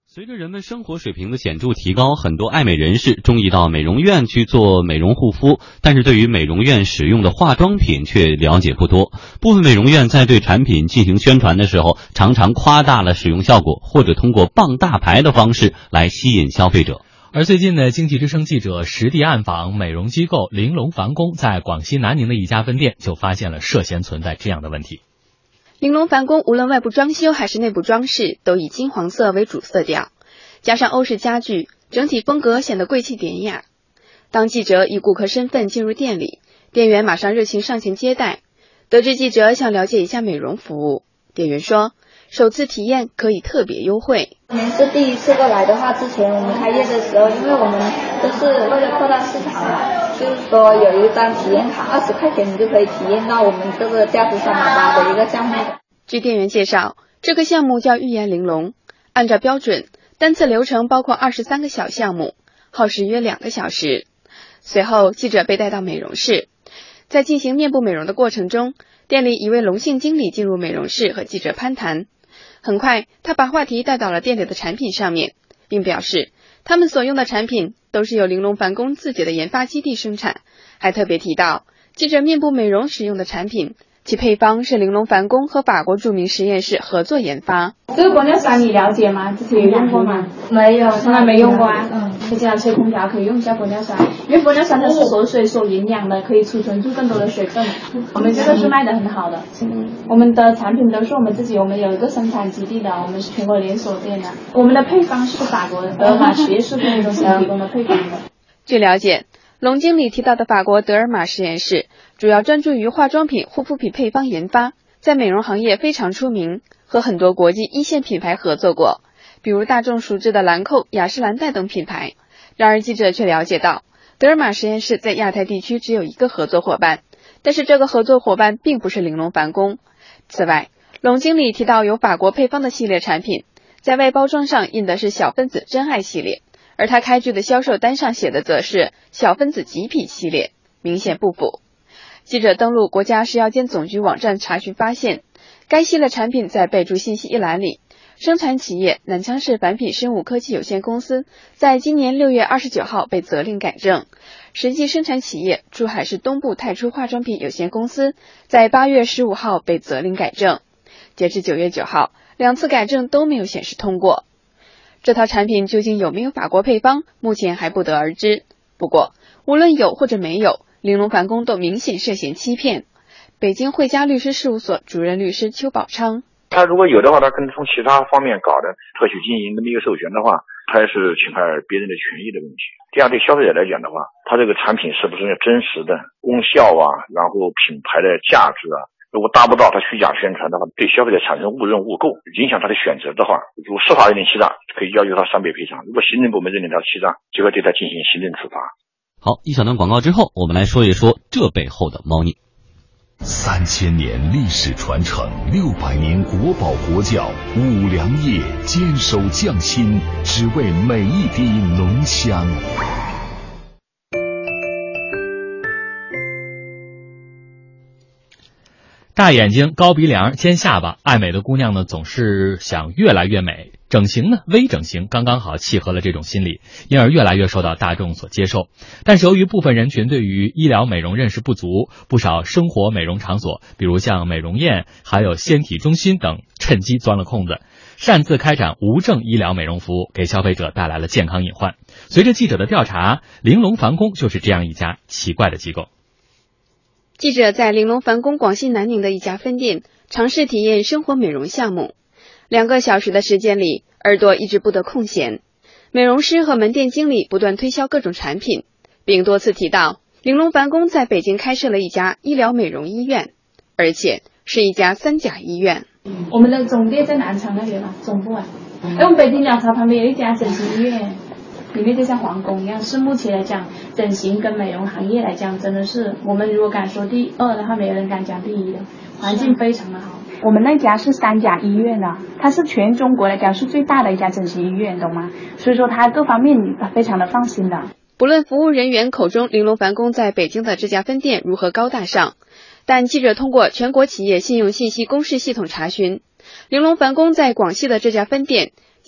随着人们生活水平的显著提高，很多爱美人士中意到美容院去做美容护肤，但是对于美容院使用的化妆品却了解不多。部分美容院在对产品进行宣传的时候，常常夸大了使用效果，或者通过傍大牌的方式来吸引消费者。 而最近呢，经济之声记者实地暗访美容机构玲珑凡宫在广西南宁的一家分店，就发现了涉嫌存在这样的问题。 玲珑凡宫无论外部装修还是内部装饰，都以金黄色为主色调，加上欧式家具，整体风格显得贵气典雅。当记者以顾客身份进入店里，店员马上热情上前接待。得知记者想了解一下美容服务，店员说首次体验可以特别优惠。 我们是第一次过来的话，之前我们开业的时候，因为我们都是为了扩大市场嘛，就是说有一张体验卡，20块钱你就可以体验到我们这个家族380的一个项目。 据店员介绍，这个项目叫玉颜玲珑，按照标准，单次流程包括23个小项目，耗时约2个小时。随后，记者被带到美容室，在进行面部美容的过程中，店里一位龙姓经理进入美容室和记者攀谈。很快，他把话题带到了店里的产品上面，并表示他们所用的产品都是由玲珑凡宫自己的研发基地生产，还特别提到记者面部美容使用的产品，其配方是玲珑凡宫和法国著名实验室合作研发。 这个玻尿酸你了解吗？之前有用过吗？ 没有， 从来没用过啊。就这样吹空调可以用一下玻尿酸，因为玻尿酸它是锁水锁营养的，可以储存住更多的水分。我们这个是卖的很好的，我们的产品都是我们自己，我们有一个生产基地的，我们是全国连锁店的。我们的配方是法国的德尔玛实验室工作室提供的配方的。 据了解，龙经理提到的法国德尔玛实验室主要专注于化妆品、护肤品配方研发，在美容行业非常出名，和很多国际一线品牌合作过，比如大众熟知的兰蔻、雅诗兰黛等品牌。然而记者却了解到，德尔玛实验室在亚太地区只有一个合作伙伴，但是这个合作伙伴并不是玲珑凡宫。此外，龙经理提到有法国配方的系列产品，在外包装上印的是小分子真爱系列，而他开具的销售单上写的则是小分子极品系列，明显不符。记者登录国家食药监总局网站查询发现，该系列产品在备注信息一栏里，生产企业南昌市凡品生物科技有限公司在今年6月29号被责令改正，实际生产企业珠海市东部泰初化妆品有限公司在8月15号被责令改正。截至9月9号，2次改正都没有显示通过。这套产品究竟有没有法国配方，目前还不得而知。不过，无论有或者没有，玲珑凡宫都明显涉嫌欺骗。北京汇佳律师事务所主任律师邱宝昌， 他如果有的话，他可能从其他方面搞的特许经营的一个授权的话，他也是侵害别人的权益的问题。这样对消费者来讲的话，他这个产品是不是真实的功效啊，然后品牌的价值啊，如果达不到他虚假宣传的话，对消费者产生误认误购，影响他的选择的话，如果司法认定欺诈，可以要求他3倍赔偿；如果行政部门认定他欺诈，就会对他进行行政处罚。 好，一小段广告之后，我们来说一说这背后的猫腻。 3000年历史传承，600年国宝国窖，五粮液坚守匠心，只为每一滴浓香。 大眼睛、高鼻梁、尖下巴，爱美的姑娘呢总是想越来越美。整形呢，微整形刚刚好契合了这种心理，因而越来越受到大众所接受。但是由于部分人群对于医疗美容认识不足，不少生活美容场所，比如像美容院还有纤体中心等，趁机钻了空子，擅自开展无证医疗美容服务，给消费者带来了健康隐患。随着记者的调查，玲珑凡宫就是这样一家奇怪的机构。 记者在玲珑凡宫广西南宁的一家分店尝试体验生活美容项目，2个小时的时间里，耳朵一直不得空闲。美容师和门店经理不断推销各种产品，并多次提到玲珑凡宫在北京开设了一家医疗美容医院，而且是一家3甲医院。 我们的总店在南昌那边嘛，总部啊。我们北京鸟巢旁边有一家整形医院，里面就像皇宫一样，是目前来讲整形跟美容行业来讲，真的是我们如果敢说第2的话，没有人敢讲第1的，环境非常的好。 我们那家是3甲医院的，它是全中国来讲是最大的一家整形医院，懂吗？所以说它各方面非常的放心的。 不论服务人员口中玲珑凡宫在北京的这家分店如何高大上，但记者通过全国企业信用信息公示系统查询，玲珑凡宫在广西的这家分店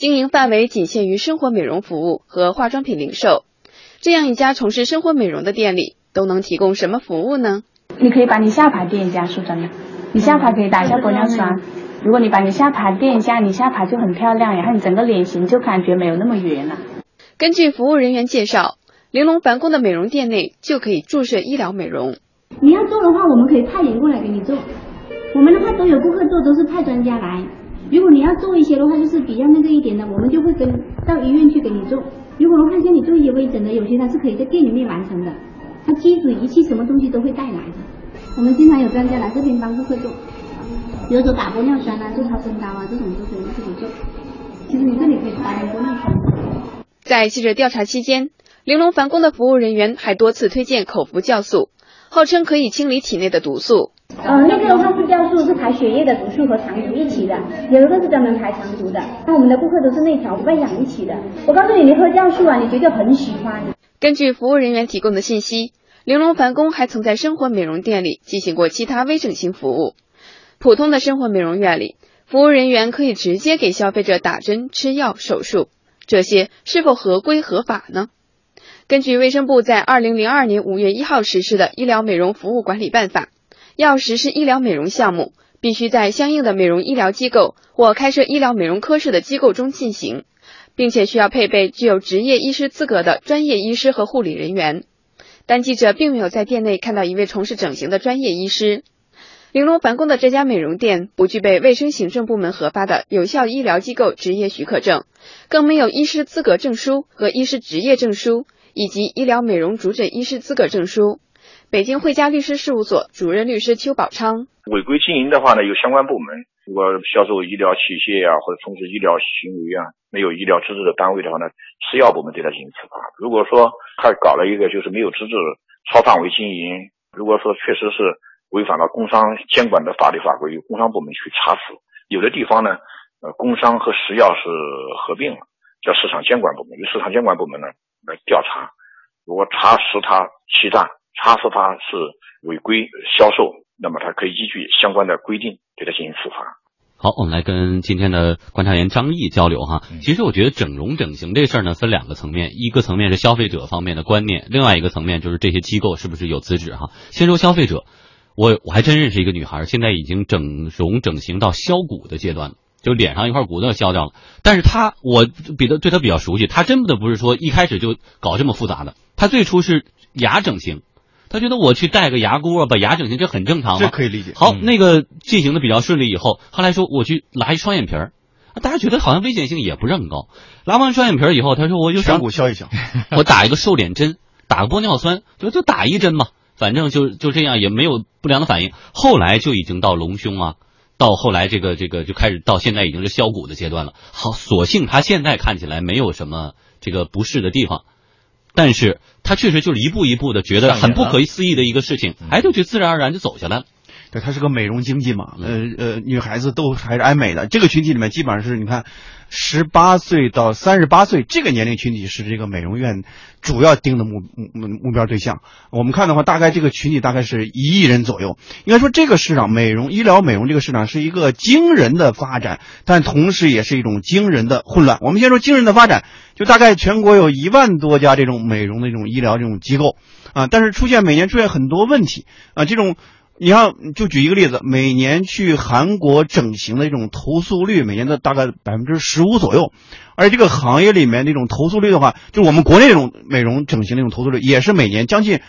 经营范围仅限于生活美容服务和化妆品零售。这样一家从事生活美容的店里都能提供什么服务呢？ 你可以把你下巴垫一下，说真的，你下巴可以打一下玻尿酸。如果你把你下巴垫一下，你下巴就很漂亮，然后你整个脸型就感觉没有那么圆了。 根据服务人员介绍，玲珑凡宫的美容店内就可以注射医疗美容。 你要做的话，我们可以派人过来给你做。我们的话都有顾客做，都是派专家来。如果你要做一些的话，就是比较那个一点的，我们就会到医院去给你做。如果的话，像你做一些微整的，有些它是可以在店里面完成的，它基础仪器什么东西都会带来的。我们经常有专家来这边帮顾客做，比如说打玻尿酸啊、做超声刀啊，这种都可以自己做。其实你这里可以打点玻尿酸。 在记者调查期间，玲珑凡宫的服务人员还多次推荐口服酵素，号称可以清理体内的毒素。 那个的话是酵素，是排血液的毒素和肠毒一起的，有一个是专门排肠毒的。那我们的顾客都是内调外养一起的。我告诉你，你喝酵素啊，你绝对很喜欢。 根据服务人员提供的信息，玲珑凡宫还曾在生活美容店里进行过其他微整形服务。普通的生活美容院里，服务人员可以直接给消费者打针、吃药、手术，这些是否合规合法呢？根据卫生部在2002年5月1号实施的《医疗美容服务管理办法》，要实施医疗美容项目，必须在相应的美容医疗机构或开设医疗美容科室的机构中进行，并且需要配备具有执业医师资格的专业医师和护理人员。但记者并没有在店内看到一位从事整形的专业医师。玲珑凡宫的这家美容店不具备卫生行政部门核发的有效医疗机构执业许可证，更没有医师资格证书和医师执业证书，以及医疗美容主诊医师资格证书。北京汇佳律师事务所主任律师邱宝昌： 违规经营的话呢，有相关部门，如果销售医疗器械啊，或者从事医疗行为啊，没有医疗资质的单位的话呢，食药部门对他进行处罚。如果说他搞了一个就是没有资质、超范围经营，如果说确实是违反了工商监管的法律法规，由工商部门去查处。有的地方呢，工商和食药是合并了，叫市场监管部门，由市场监管部门呢来调查。如果查实他欺诈，查实他是违规销售，那么他可以依据相关的规定对他进行处罚。 好，我们来跟今天的观察员张毅交流哈。其实我觉得整容整形这事儿呢分两个层面，一个层面是消费者方面的观念，另外一个层面就是这些机构是不是有资质哈。先说消费者，我还真认识一个女孩，现在已经整容整形到削骨的阶段了，就脸上一块骨头削掉了。但是我对她比较熟悉，她真的不是说一开始就搞这么复杂的，她最初是牙整形。他觉得我去戴个牙箍啊，把牙整形，这很正常嘛， 这可以理解。 好，那个进行的比较顺利以后，后来说我去拉一双眼皮儿，大家觉得好像危险性也不是很高。拉完双眼皮儿以后，他说我就想削骨削一削， 我打一个瘦脸针，打个玻尿酸，就打一针嘛，反正就这样，也没有不良的反应。后来就已经到隆胸啊，到后来这个就开始到现在已经是削骨的阶段了。好，所幸他现在看起来没有什么这个不适的地方。但是他确实就是一步一步的觉得很不可思议的一个事情，就自然而然就走下来了。 对，它是个美容经济嘛，女孩子都还是爱美的。这个群体里面基本上是你看，18岁到38岁这个年龄群体是这个美容院主要盯的目标对象。我们看的话，大概这个群体大概是1亿人左右。应该说，这个市场医疗美容这个市场是一个惊人的发展，但同时也是一种惊人的混乱。我们先说惊人的发展，就大概全国有1万多家这种美容的这种医疗这种机构啊，但是每年出现很多问题啊，这种。你看，就举一个例子，每年去韩国整形的这种投诉率，每年的大概15%左右，而这个行业里面这种投诉率的话，就我们国内这种美容整形这种投诉率，也是每年将近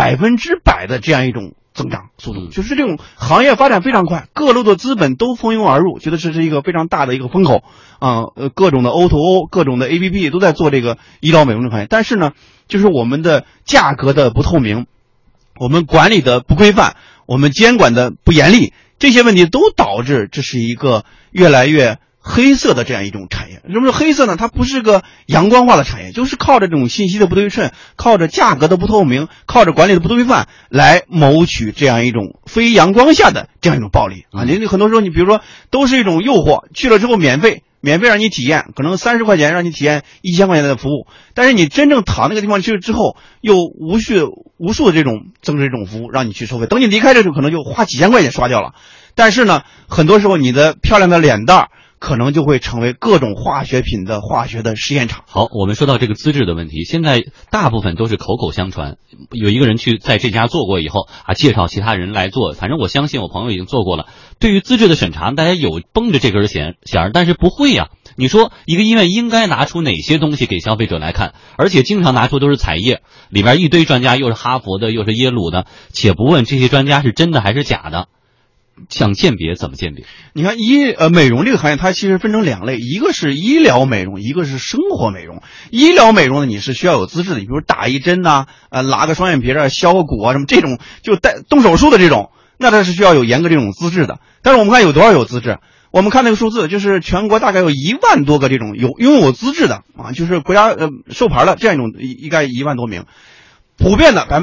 100%的这样一种增长速度，就是这种行业发展非常快，各路的资本都蜂拥而入，觉得这是一个非常大的一个风口啊，各种的 O2O， 各种的 APP 都在做这个医疗美容这行业，但是呢，就是我们的价格的不透明，我们管理的不规范，我们监管的不严厉，这些问题都导致这是一个越来越黑色的这样一种产业。什么是黑色呢？它不是个阳光化的产业，就是靠着这种信息的不对称，靠着价格的不透明，靠着管理的不规范来谋取这样一种非阳光下的这样一种暴利啊！你很多时候你比如说都是一种诱惑，去了之后免费让你体验，可能30块钱让你体验1000块钱的服务，但是你真正躺那个地方去了之后，又无数的这种增值这种服务让你去收费，等你离开的时候可能就花几千块钱刷掉了。但是呢，很多时候你的漂亮的脸蛋可能就会成为各种化学品的化学的实验场。 好，我们说到这个资质的问题，现在大部分都是口口相传，有一个人去在这家做过以后啊，介绍其他人来做，反正我相信我朋友已经做过了。对于资质的审查，大家有绷着这根弦儿，但是不会呀。你说一个医院应该拿出哪些东西给消费者来看，而且经常拿出都是彩页，里边一堆专家，又是哈佛的，又是耶鲁的，且不问这些专家是真的还是假的。想鉴别怎么鉴别？ 你看美容这个行业，它其实分成两类，一个是医疗美容，一个是生活美容。医疗美容呢，你是需要有资质的，比如打一针呐，拉个双眼皮啊，削个骨啊，什么这种就动手术的这种，那它是需要有严格这种资质的。但是我们看有多少有资质？我们看那个数字，就是全国大概有1万多个这种拥有资质的啊，就是国家授牌的这样一种，应该1万多名，普遍的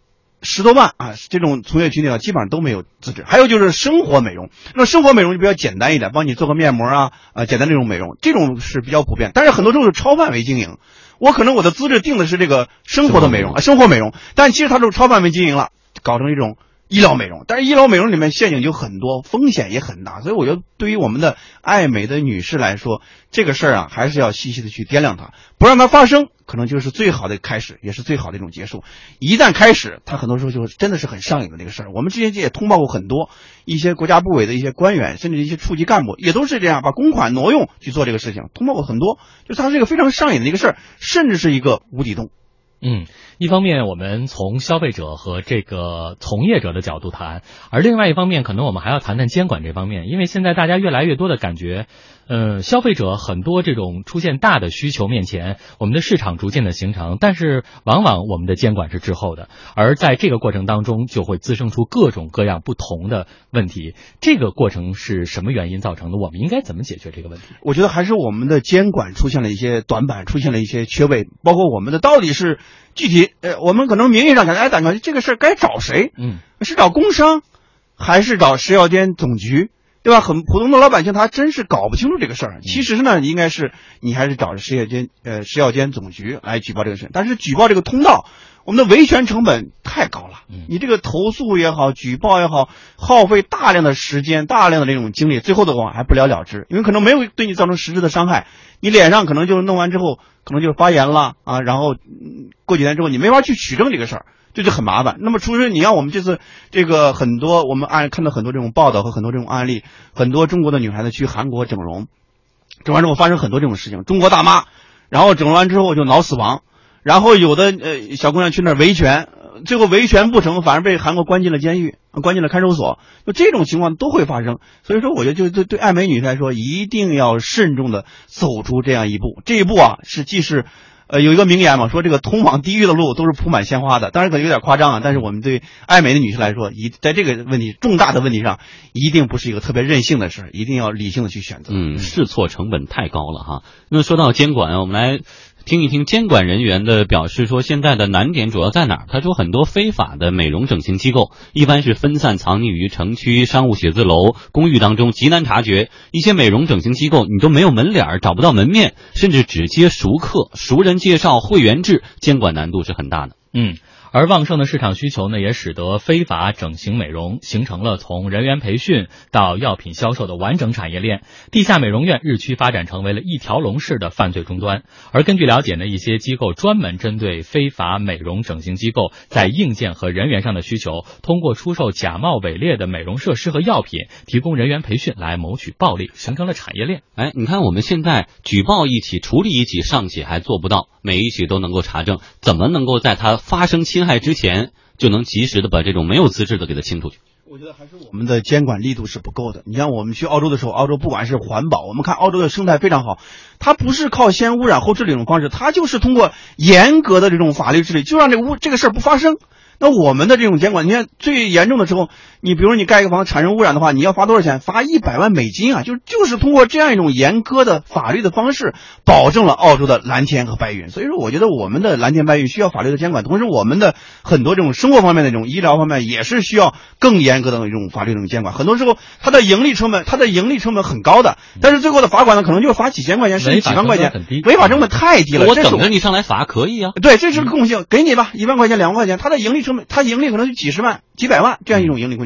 10多万啊，这种从业群体基本上都没有资质。还有就是生活美容，那生活美容就比较简单一点，帮你做个面膜啊，简单这种美容，这种是比较普遍。但是很多时候是超范围经营，我可能我的资质定的是这个生活的美容啊，生活美容，但其实它就是超范围经营了，搞成一种医疗美容。但是医疗美容里面陷阱就很多，风险也很大，所以我觉得对于我们的爱美的女士来说，这个事儿啊还是要细细的去掂量它，不让它发生，可能就是最好的开始，也是最好的一种结束。一旦开始，它很多时候就真的是很上瘾的那个事儿。我们之前也通报过很多一些国家部委的一些官员，甚至一些处级干部也都是这样，把公款挪用去做这个事情，通报过很多，就是它是一个非常上瘾的一个事儿，甚至是一个无底洞。 一方面我们从消费者和这个从业者的角度谈，而另外一方面可能我们还要谈谈监管这方面，因为现在大家越来越多的感觉消费者很多这种出现大的需求面前，我们的市场逐渐的形成，但是往往我们的监管是滞后的，而在这个过程当中就会滋生出各种各样不同的问题。这个过程是什么原因造成的？我们应该怎么解决这个问题？ 我觉得还是我们的监管出现了一些短板，出现了一些缺位，包括我们的到底是具体我们可能名义上讲感觉这个事儿该找谁？是找工商还是找食药监总局？对吧？很普通的老百姓他真是搞不清楚这个事儿。其实呢，应该是你还是找食药监总局来举报这个事。但是举报这个通道，我们的维权成本太高了。你这个投诉也好，举报也好，耗费大量的时间、大量的这种精力，最后的话还不了了之，因为可能没有对你造成实质的伤害。你脸上可能就是弄完之后，可能就是发炎了啊，然后过几天之后你没法去取证这个事儿。这就很麻烦。那么除非你让我们这次这个很多我们看到很多这种报道和很多这种案例，很多中国的女孩子去韩国整容，整完之后发生很多这种事情，中国大妈，然后整容完之后就脑死亡，然后有的小姑娘去那儿维权，最后维权不成，反而被韩国关进了监狱，关进了看守所，就这种情况都会发生。所以说我觉得就对爱美女来说，一定要慎重的走出这样一步。这一步啊既是有一个名言嘛，说这个通往地狱的路都是铺满鲜花的，当然可能有点夸张啊，但是我们对爱美的女士来说，在这个问题重大的问题上，一定不是一个特别任性的事，一定要理性的去选择。 试错成本太高了哈。那说到监管，我们来听一听监管人员的表示，说现在的难点主要在哪儿？他说很多非法的美容整形机构一般是分散藏匿于城区商务写字楼、公寓当中，极难察觉。一些美容整形机构你都没有门脸，找不到门面，甚至只接熟客，熟人介绍、会员制，监管难度是很大的。 而旺盛的市场需求呢，也使得非法整形美容形成了从人员培训到药品销售的完整产业链。地下美容院日趋发展成为了一条龙式的犯罪终端。而根据了解呢，一些机构专门针对非法美容整形机构在硬件和人员上的需求，通过出售假冒伪劣的美容设施和药品，提供人员培训来谋取暴利，形成了产业链。 你看我们现在举报一起、处理一起尚且还做不到，每一起都能够查证，怎么能够在它发生侵害之前就能及时的把这种没有资质的给它清出去？ 我觉得还是我们的监管力度是不够的。你像我们去澳洲的时候，澳洲不管是环保，我们看澳洲的生态非常好，它不是靠先污染后治理这种方式，它就是通过严格的这种法律治理，就让这个事儿不发生。那我们的这种监管，你看最严重的时候，你比如你盖一个房产生污染的话，你要罚多少钱？罚100万美金啊！就是通过这样一种严苛的法律的方式，保证了澳洲的蓝天和白云。所以说，我觉得我们的蓝天白云需要法律的监管，同时我们的很多这种生活方面的这种医疗方面也是需要更严格的这种法律的这种监管。很多时候它的盈利成本很高的，但是最后的罚款呢，可能就罚几千块钱甚至几万块钱，违法成本太低了。 我等着你上来罚可以啊。 对，这是个共性，给你吧，1万块钱、2万块钱，它的盈利可能就几十万、几百万这样一种盈利空间。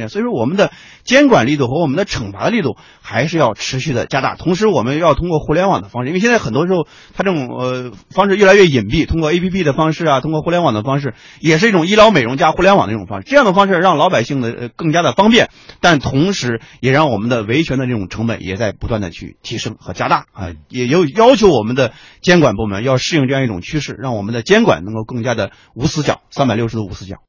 所以说我们的监管力度和我们的惩罚的力度还是要持续的加大。同时我们要通过互联网的方式，因为现在很多时候它这种方式越来越隐蔽，通过 APP 的方式啊，通过互联网的方式，也是一种医疗美容加互联网的一种方式。这样的方式让老百姓的更加的方便，但同时也让我们的维权的这种成本也在不断的去提升和加大啊，也要求我们的监管部门要适应这样一种趋势，让我们的监管能够更加的无死角，360度无死角。